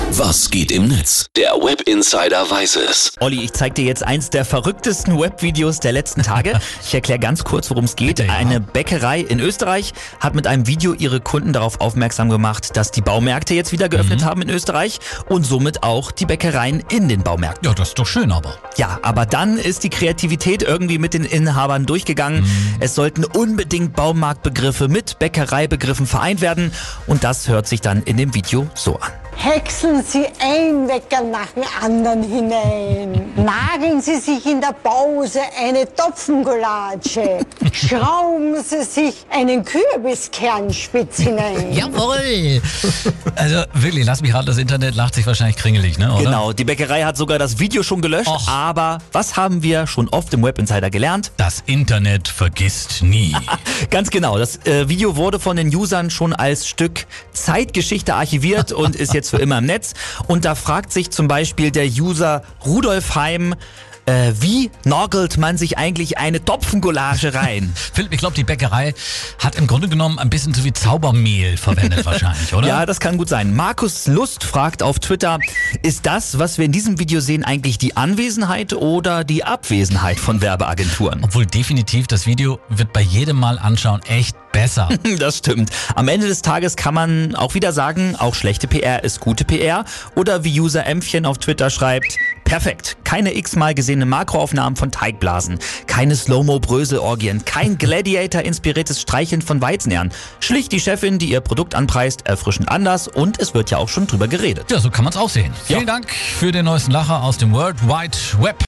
Was geht im Netz? Der Web Insider weiß es. Olli, ich zeig dir jetzt eins der verrücktesten Webvideos der letzten Tage. Ich erkläre ganz kurz, worum es geht. Bitte, ja. Eine Bäckerei in Österreich hat mit einem Video ihre Kunden darauf aufmerksam gemacht, dass die Baumärkte jetzt wieder geöffnet haben in Österreich und somit auch die Bäckereien in den Baumärkten. Ja, das ist doch schön, aber. Ja, aber dann ist die Kreativität irgendwie mit den Inhabern durchgegangen. Es sollten unbedingt Baumarktbegriffe mit Bäckereibegriffen vereint werden und das hört sich dann in dem Video so an. Häckseln Sie ein Wecker nach dem anderen hinein. Nageln Sie sich in der Pause eine Topfengulatsche. Schrauben Sie sich einen Kürbiskernspitz hinein. Jawohl! Also wirklich, lass mich raten, das Internet lacht sich wahrscheinlich kringelig, ne? Oder? Genau, die Bäckerei hat sogar das Video schon gelöscht, Och. aber was haben wir schon oft im Web Insider gelernt? Das Internet vergisst nie. Ganz genau, das Video wurde von den Usern schon als Stück Zeitgeschichte archiviert und ist jetzt für immer im Netz. Und da fragt sich zum Beispiel der User Rudolf Heim, wie nagelt man sich eigentlich eine Topfengulatsche rein? Philipp, ich glaube, die Bäckerei hat im Grunde genommen ein bisschen zu viel Zaubermehl verwendet wahrscheinlich, oder? Ja, das kann gut sein. Markus Lust fragt auf Twitter, ist das, was wir in diesem Video sehen, eigentlich die Anwesenheit oder die Abwesenheit von Werbeagenturen? Obwohl definitiv, das Video wird bei jedem Mal anschauen echt besser. Das stimmt. Am Ende des Tages kann man auch wieder sagen, auch schlechte PR ist gute PR. Oder wie User Ämpfchen auf Twitter schreibt, perfekt. Keine x-mal gesehene Makroaufnahmen von Teigblasen, keine Slow-Mo-Brösel-Orgien, kein Gladiator-inspiriertes Streicheln von Weizenähren. Schlicht die Chefin, die ihr Produkt anpreist, erfrischend anders und es wird ja auch schon drüber geredet. Ja, so kann man es auch sehen. Vielen Dank für den neuesten Lacher aus dem World Wide Web.